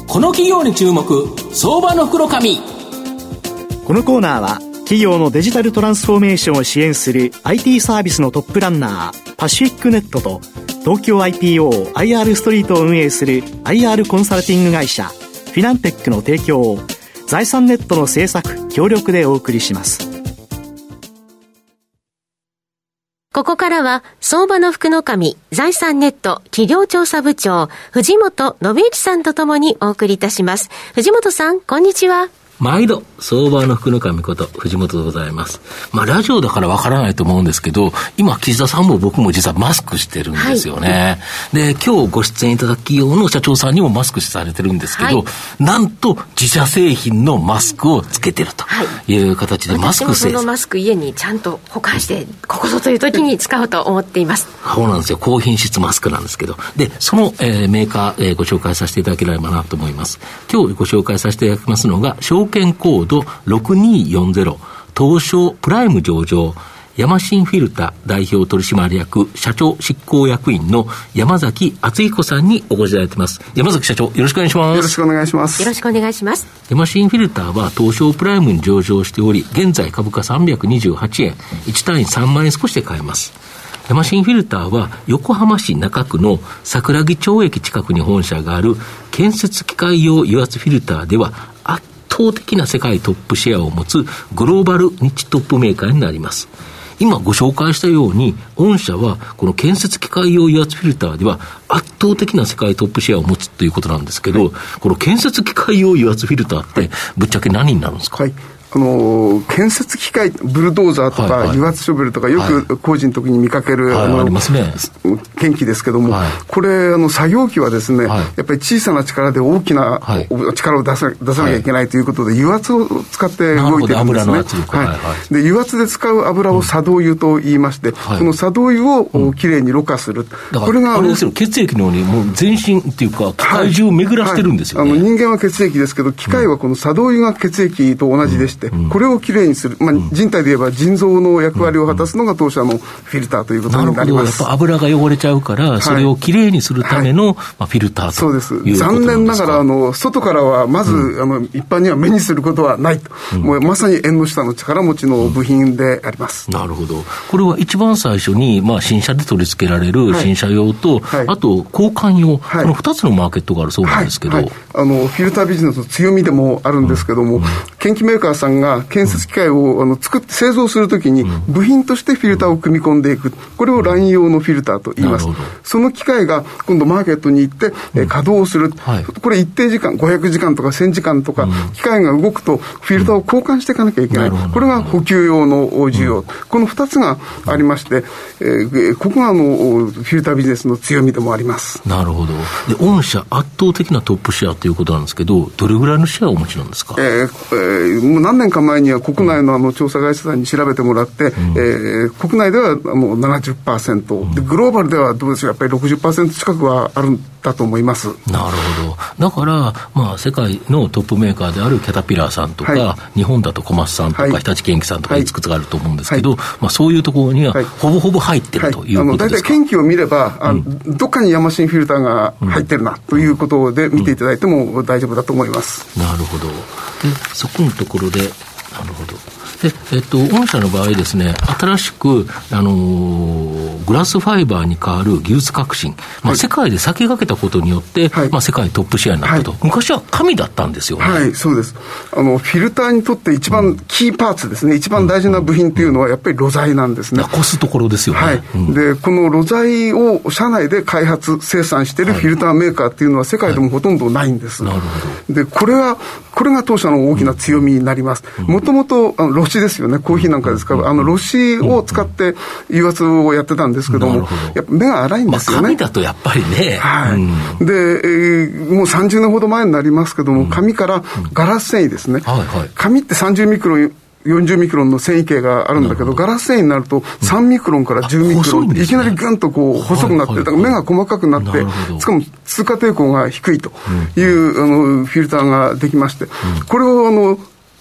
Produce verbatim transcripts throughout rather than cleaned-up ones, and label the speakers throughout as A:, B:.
A: この企業に注目、相場の福の神。
B: このコーナーは企業のデジタルトランスフォーメーションを支援する アイティー サービスのトップランナーパシフィックネットと東京 アイピーオー アイアール ストリートを運営する アイアール コンサルティング会社フィナンテックの提供を財産ネットの制作協力でお送りします。
C: ここからは相場の福の神財産ネット企業調査部長藤本信之さんとともにお送りいたします。藤本さん、こんにちは。
A: 毎度相場の福の神こと藤本でございます。まあラジオだからわからないと思うんですけど、今岸田さんも僕も実はマスクしてるんですよね、はい、で今日ご出演いただく企業の社長さんにもマスクされてるんですけど、はい、なんと自社製品のマスクをつけてるという形で、はい、マスク製
C: 私もそのマスク家にちゃんと保管してここぞという時に使おうと思っています。
A: そうなんですよ。高品質マスクなんですけど、でその、えー、メーカー、えー、ご紹介させていただければなと思います。今日ご紹介させていただきますのが証券コードろくにーよんゼロ東証プライム上場ヤマシンフィルタ代表取締役社長執行役員の山崎敦彦さんにお越しいただいています。山崎社長、よろしくお願いします。
D: よろしくお願いします。
C: よろしくお願いします。
A: ヤマシンフィルタは東証プライムに上場しており、現在株価さんびゃくにじゅうはちえん、いち単位さんまんえん少しで買えます。ヤマシンフィルターは横浜市中区の桜木町駅近くに本社がある建設機械用油圧フィルターでは圧倒的な世界トップシェアを持つグローバルニッチトップメーカーになります。今ご紹介したように御社はこの建設機械用油圧フィルターでは圧倒的な世界トップシェアを持つということなんですけど、はい、この建設機械用油圧フィルターってぶっちゃけ何になるんですか？
D: はい、あの建設機械ブルドーザーとか、はいはい、油圧ショベルとかよく工事の時に見かける、
A: はい、
D: あの
A: ありますね、
D: 検機ですけども、はい、これあの作業機はですね、はい、やっぱり小さな力で大きな、はい、力を出さ、出さなきゃいけないということで、はい、油圧を使って動いてるんですね。
A: 油の圧力、はいはいはい、
D: で油圧で使う油を作動油と言いまして、うん、この作動油をきれいにろ過する、
A: うん、これがあれですよ、血液のようにもう全身っていうか機械中を巡らしてるんですよね、
D: はいはい、あの人間は血液ですけど機械はこの作動油が血液と同じでして、うんうん、これをきれいにする、まあ、人体で言えば腎臓の役割を果たすのが当社のフィルターということになります。なるほど。やっぱ油が汚れちゃうからそれをきれいにするための、はい、まあ、フィルターということなんですか？そうです。残念ながらあの外からはまず、うん、あの一般には目にすることはないと、うん、もうまさに縁の下の力持ちの部品であります、
A: うん、なるほど。これは一番最初に、まあ、新車で取り付けられる新車用と、はい、あと交換用、はい、このふたつのマーケットがあるそうなんですけど、はいはい、
D: あのフィルタービジネスの強みでもあるんですけども、うん、建機メーカーさんが建設機械をあの作って製造するときに部品としてフィルターを組み込んでいく、これをライン用のフィルターと言います。その機械が今度マーケットに行って、えー、稼働する、はい、これ一定時間ごひゃくじかんとかせんじかんとか、うん、機械が動くとフィルターを交換していかなきゃいけない、うん、これが補給用の需要、うん、このふたつがありまして、えー、ここがあのフィルタービジネスの強みでもあります。
A: なるほど。で御社圧倒的なトップシェアということなんですけど、どれぐらいのシェアをお持ちなんですか？
D: えーえー、もう何年か前には国内のあの調査会社さんに調べてもらって、うん、えー、国内ではもう ななじゅっパーセント、うん、でグローバルではどうでしょう、やっぱり ろくじゅっパーセント 近くはあるんだと思います。
A: なるほど。だから、まあ、世界のトップメーカーであるキャタピラーさんとか、はい、日本だと小松さんとか、はい、日立建機さんとかいくつかあると思うんですけど、はい、まあ、そういうところにはほぼほぼ入ってる、はい、ということですか？
D: 大体研究を見れば、あ、うん、どっかにヤマシンフィルターが入ってるな、うん、ということで見ていただいても大丈夫だと思います、
A: うん、なるほど。でそこのところで、なるほど。で、えっと、御社の場合ですね、新しく、あのー、グラスファイバーに代わる技術革新、まあ、世界で先駆けたことによって、はい、まあ、世界トップシェアになったと、はい、昔は紙だったんですよね。
D: はい、そうです。あのフィルターにとって一番キーパーツですね、うん、一番大事な部品というのはやっぱり露材なんですね。
A: こすところですよね。
D: はい、うん、でこの露材を社内で開発生産しているフィルターメーカーっていうのは世界でもほとんどないんです、はいはい、なるほど。でこれはこれが当社の大きな強みになります。もともと露紙ですよね、コーヒーなんかですから、うん、あの露紙を使って油圧をやってたんですけども、やっぱ目が粗いんですよね。
A: まあ、紙だとやっぱりね、
D: はい、うん、で、えー、もうさんじゅうねんほど前になりますけども、紙からガラス繊維ですね、はいはい、紙ってさんじゅうミクロンよんじゅうミクロンの繊維径があるんだけど、ガラス繊維になるとさんミクロンからじゅうミクロン、うん、いきなりグンとこう細くなって、はいはいはい、だから目が細かくなって、しかも通過抵抗が低いという、うん、あのフィルターができまして、うん、これをあの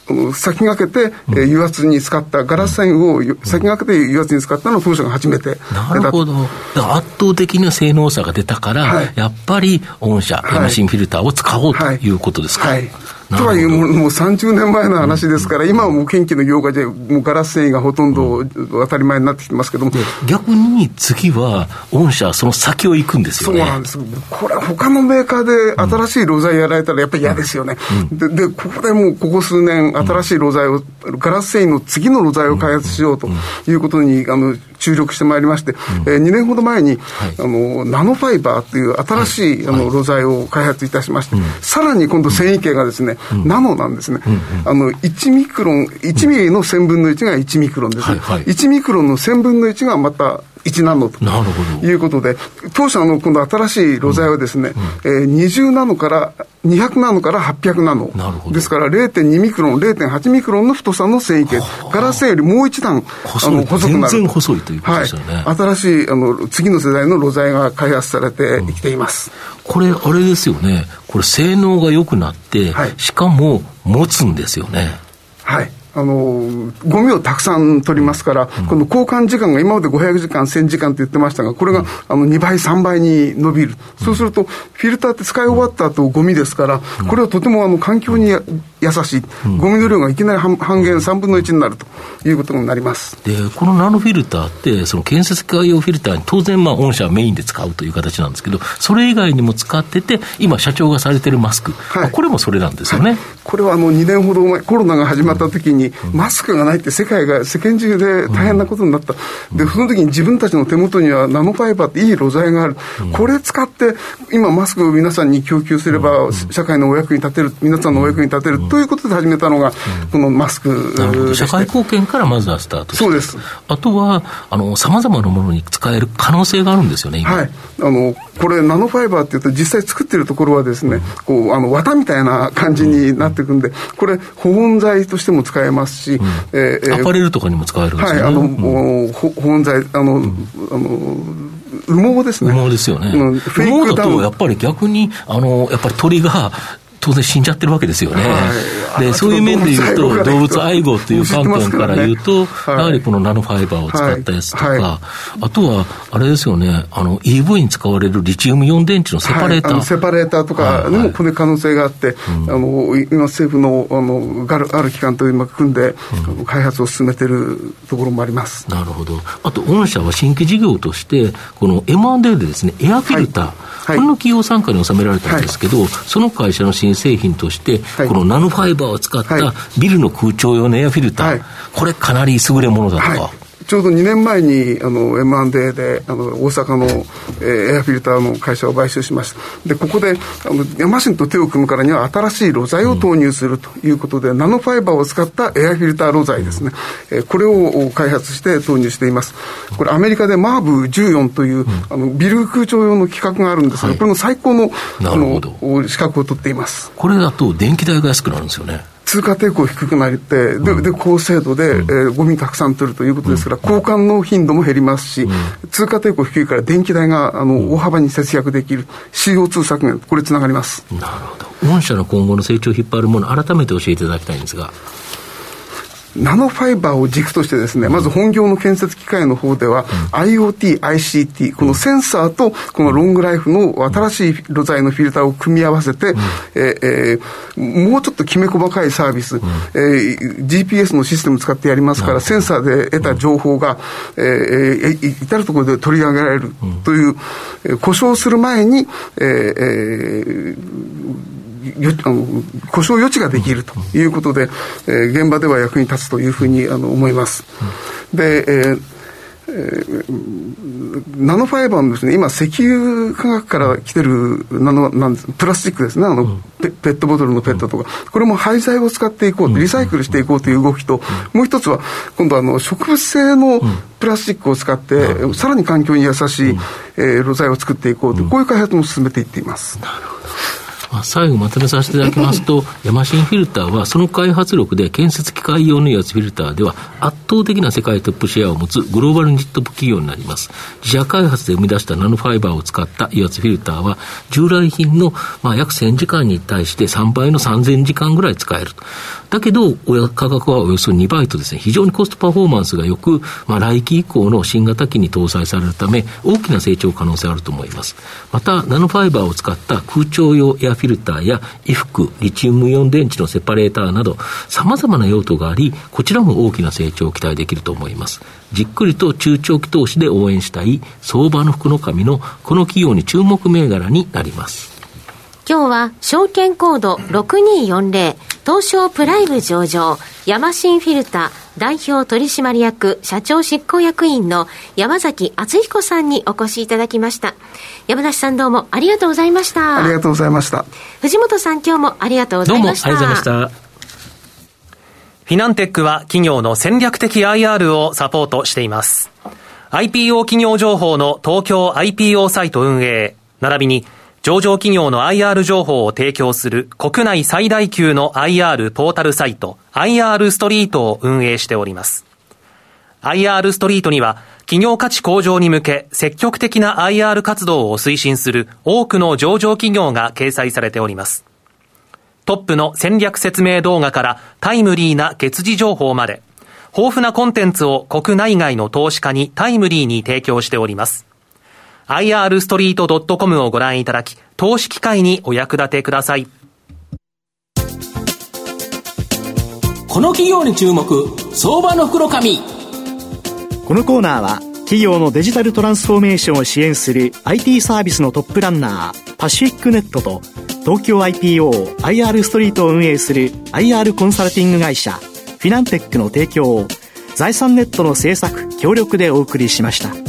D: 先駆けて、うん、油圧に使ったガラス繊維を先駆けて油圧に使ったのを当社が初めて出た。
A: なるほど。圧倒的な性能差が出たから、はい、やっぱり御社、はい、エマシンフィルターを使おうということですか。
D: はいはいとはいうものもうさんじゅうねんまえの話ですから、うん、今はもう研究の業界でもうガラス繊維がほとんど当たり前になってきてますけども、
A: で逆に次は御社その先を行くんですよね。
D: そうなんです。これ他のメーカーで新しい露材やられたらやっぱり嫌ですよね、うんうん、で, でここでもうここ数年新しい露材を、うん、ガラス繊維の次の露材を開発しようということにあの注力してまいりまして、うんえー、にねんほど前に、はい、あのナノファイバーという新しい、はい、あの露材を開発いたしまして、はい、さらに今度繊維系がですね、うん、ナノなんですね、うんうん、あのいちミクロンいちミリのせんぶんのいちがいちミクロンです、ねはいはい、いちミクロンのせんぶんのいちがまたいちナノということで、当社の今度新しい露材はですね、うんうんえー、にじゅうナノからにひゃくナノからはっぴゃくナノですから れいてんにミクロン れいてんはちミクロンの太さの繊維系、ガラス繊維よりもう一段
A: 細い、あの細くなる、全然細いということですよね、
D: はい、新しいあの次の世代の露材が開発されてきています、
A: うん、これあれですよね、これ性能が良くなって、はい、しかも持つんですよね。
D: はい、あのゴミをたくさん取りますから、うん、この交換時間が今までごひゃくじかんせんじかんと言ってましたが、これが、うん、あのにばいさんばいに伸びる、うん、そうするとフィルターって使い終わった後ゴミですから、うん、これはとてもあの環境にや優しい、うん、ゴミの量がいきなり半減さんぶんのいちになるということになります。
A: でこのナノフィルターってその建設機械用フィルターに当然まあ御社はメインで使うという形なんですけど、それ以外にも使ってて今社長がされているマスク、はい、これもそれなんですよね、はい、
D: これはあのにねんほど前コロナが始まった時に、うん、マスクがないって世界が世間中で大変なことになった、うん、でその時に自分たちの手元にはナノファイバーっていい露材がある、うん、これ使って今マスクを皆さんに供給すれば、うん、社会のお役に立てる、皆さんのお役に立てる、うん、ということで始めたのが、うん、このマスクで、
A: なるほど、社会貢献からまずはスタートして、
D: そうです。
A: あとはさまざまなものに使える可能性があるんですよね今。
D: はい、あのこれナノファイバーっていうと実際作ってるところはですね、うん、こうあの綿みたいな感じになっていくんで、これ保温材としても使えますし、うん
A: えー、アパレルとかにも使えるんですよね。
D: はい、あの、うん、保温材あの、うん、あの羽毛ですね。
A: 羽毛ですよね。うん、フェイクダウン羽毛だとやっぱり逆にあのやっぱり鳥が当然死んじゃってるわけですよね、はい、でそういう面でいうと動物愛護という観点から言うと、ねはい、やはりこのナノファイバーを使ったやつとか、はいはい、あとはあれですよね、あの イーブイ に使われるリチウムイオン電池のセパレーター、
D: はい、セパレーターとかにもこの可能性があって、はいはい、あの今政府の あのある、ある機関と今組んで、うん、開発を進めているところもあります。
A: なるほど。あと御社は新規事業としてこの エムアンドエー でですね、エアフィルター、はい、この企業参加に収められたんですけど、はい、その会社の新製品として、はい、このナノファイバーを使ったビルの空調用のエアフィルター、はい、これかなり優れものだとか、はい、
D: ちょうどにねんまえにあの エムアンドエー であの大阪の、えー、エアフィルターの会社を買収しました。でここであのヤマシンと手を組むからには新しい露材を投入するということで、うん、ナノファイバーを使ったエアフィルター露材ですね、うんえー、これを開発して投入しています。これアメリカでマーブじゅうよんという、うん、あのビル空調用の規格があるんですが、はい、これの最高の、あの資格を取っています。
A: これだと電気代が安くなるんですよね。
D: 通過抵抗低くなって、で、うん、で高精度で、うんえー、ゴミたくさん取るということですから、うん、交換の頻度も減りますし、うん、通過抵抗低いから電気代があの、うん、大幅に節約できる シーオーツー 削減、これつながります。
A: なるほど。御社の今後の成長を引っ張るもの、改めて教えていただきたいんですが、
D: ナノファイバーを軸としてですね、まず本業の建設機械の方では、うん、IoT、アイシーティー、このセンサーとこのロングライフの新しい露材のフィルターを組み合わせて、うんえーえー、もうちょっときめ細かいサービス、うんえー、ジーピーエス のシステムを使ってやりますから、センサーで得た情報が、うんえー、至るところで取り上げられるという、うん、故障する前に、えーえーよあの故障予知ができるということで、えー、現場では役に立つというふうにあの思います。で、えーえー、ナノファイバーのですね、今石油化学から来てるナノなんですプラスチックですね、あの、うん、ペ, ペットボトルのペットとか、これも廃材を使っていこう、リサイクルしていこうという動きと、もう一つは今度あの植物性のプラスチックを使って、うん、さらに環境に優しい、うんえー、露材を作っていこうという、こういう開発も進めていっています。
A: なるほど。 まあ、最後まとめさせていただきますとヤマシンフィルターはその開発力で建設機械用の油圧フィルターでは圧倒的な世界トップシェアを持つグローバルニットップ企業になります。自社開発で生み出したナノファイバーを使った油圧フィルターは従来品のまあ約せんじかんに対してさんばいのさんぜんじかんぐらい使えると。だけど価格はおよそにばいとですね、非常にコストパフォーマンスが良く、まあ、来期以降の新型機に搭載されるため大きな成長可能性があると思います。またナノファイバーを使った空調用エアフィルターや衣服、リチウムイオン電池のセパレーターなど様々な用途があり、こちらも大きな成長を期待できると思います。じっくりと中長期投資で応援したい相場の福の神のこの企業に注目銘柄になります。
C: 今日は証券コードろくにーよんぜろ東証プライム上場ヤマシンフィルター代表取締役社長執行役員の山崎敦彦さんにお越しいただきました。山梨さんどうもありがとうございました。
D: ありがとうございました。
C: 藤本さん今日もありがとうございました。
A: どうもありがとうございました。
E: フィナンテックは企業の戦略的 アイアール をサポートしています。アイピーオー 企業情報の東京 アイピーオー サイト運営並びに上場企業の アイアール 情報を提供する国内最大級の アイアール ポータルサイト アイアール ストリートを運営しております。アイアール ストリートには企業価値向上に向け積極的な アイアール 活動を推進する多くの上場企業が掲載されております。トップの戦略説明動画からタイムリーな月次情報まで豊富なコンテンツを国内外の投資家にタイムリーに提供しております。アイアールストリートドットコム をご覧いただき、投資機会にお役立てください。
A: この企業に注目、相場の福の神。
B: このコーナーは企業のデジタルトランスフォーメーションを支援する アイティー サービスのトップランナーパシフィックネットと東京 アイピーオー アイアール ストリートを運営する アイアール コンサルティング会社フィナンテックの提供を財産ネットの制作協力でお送りしました。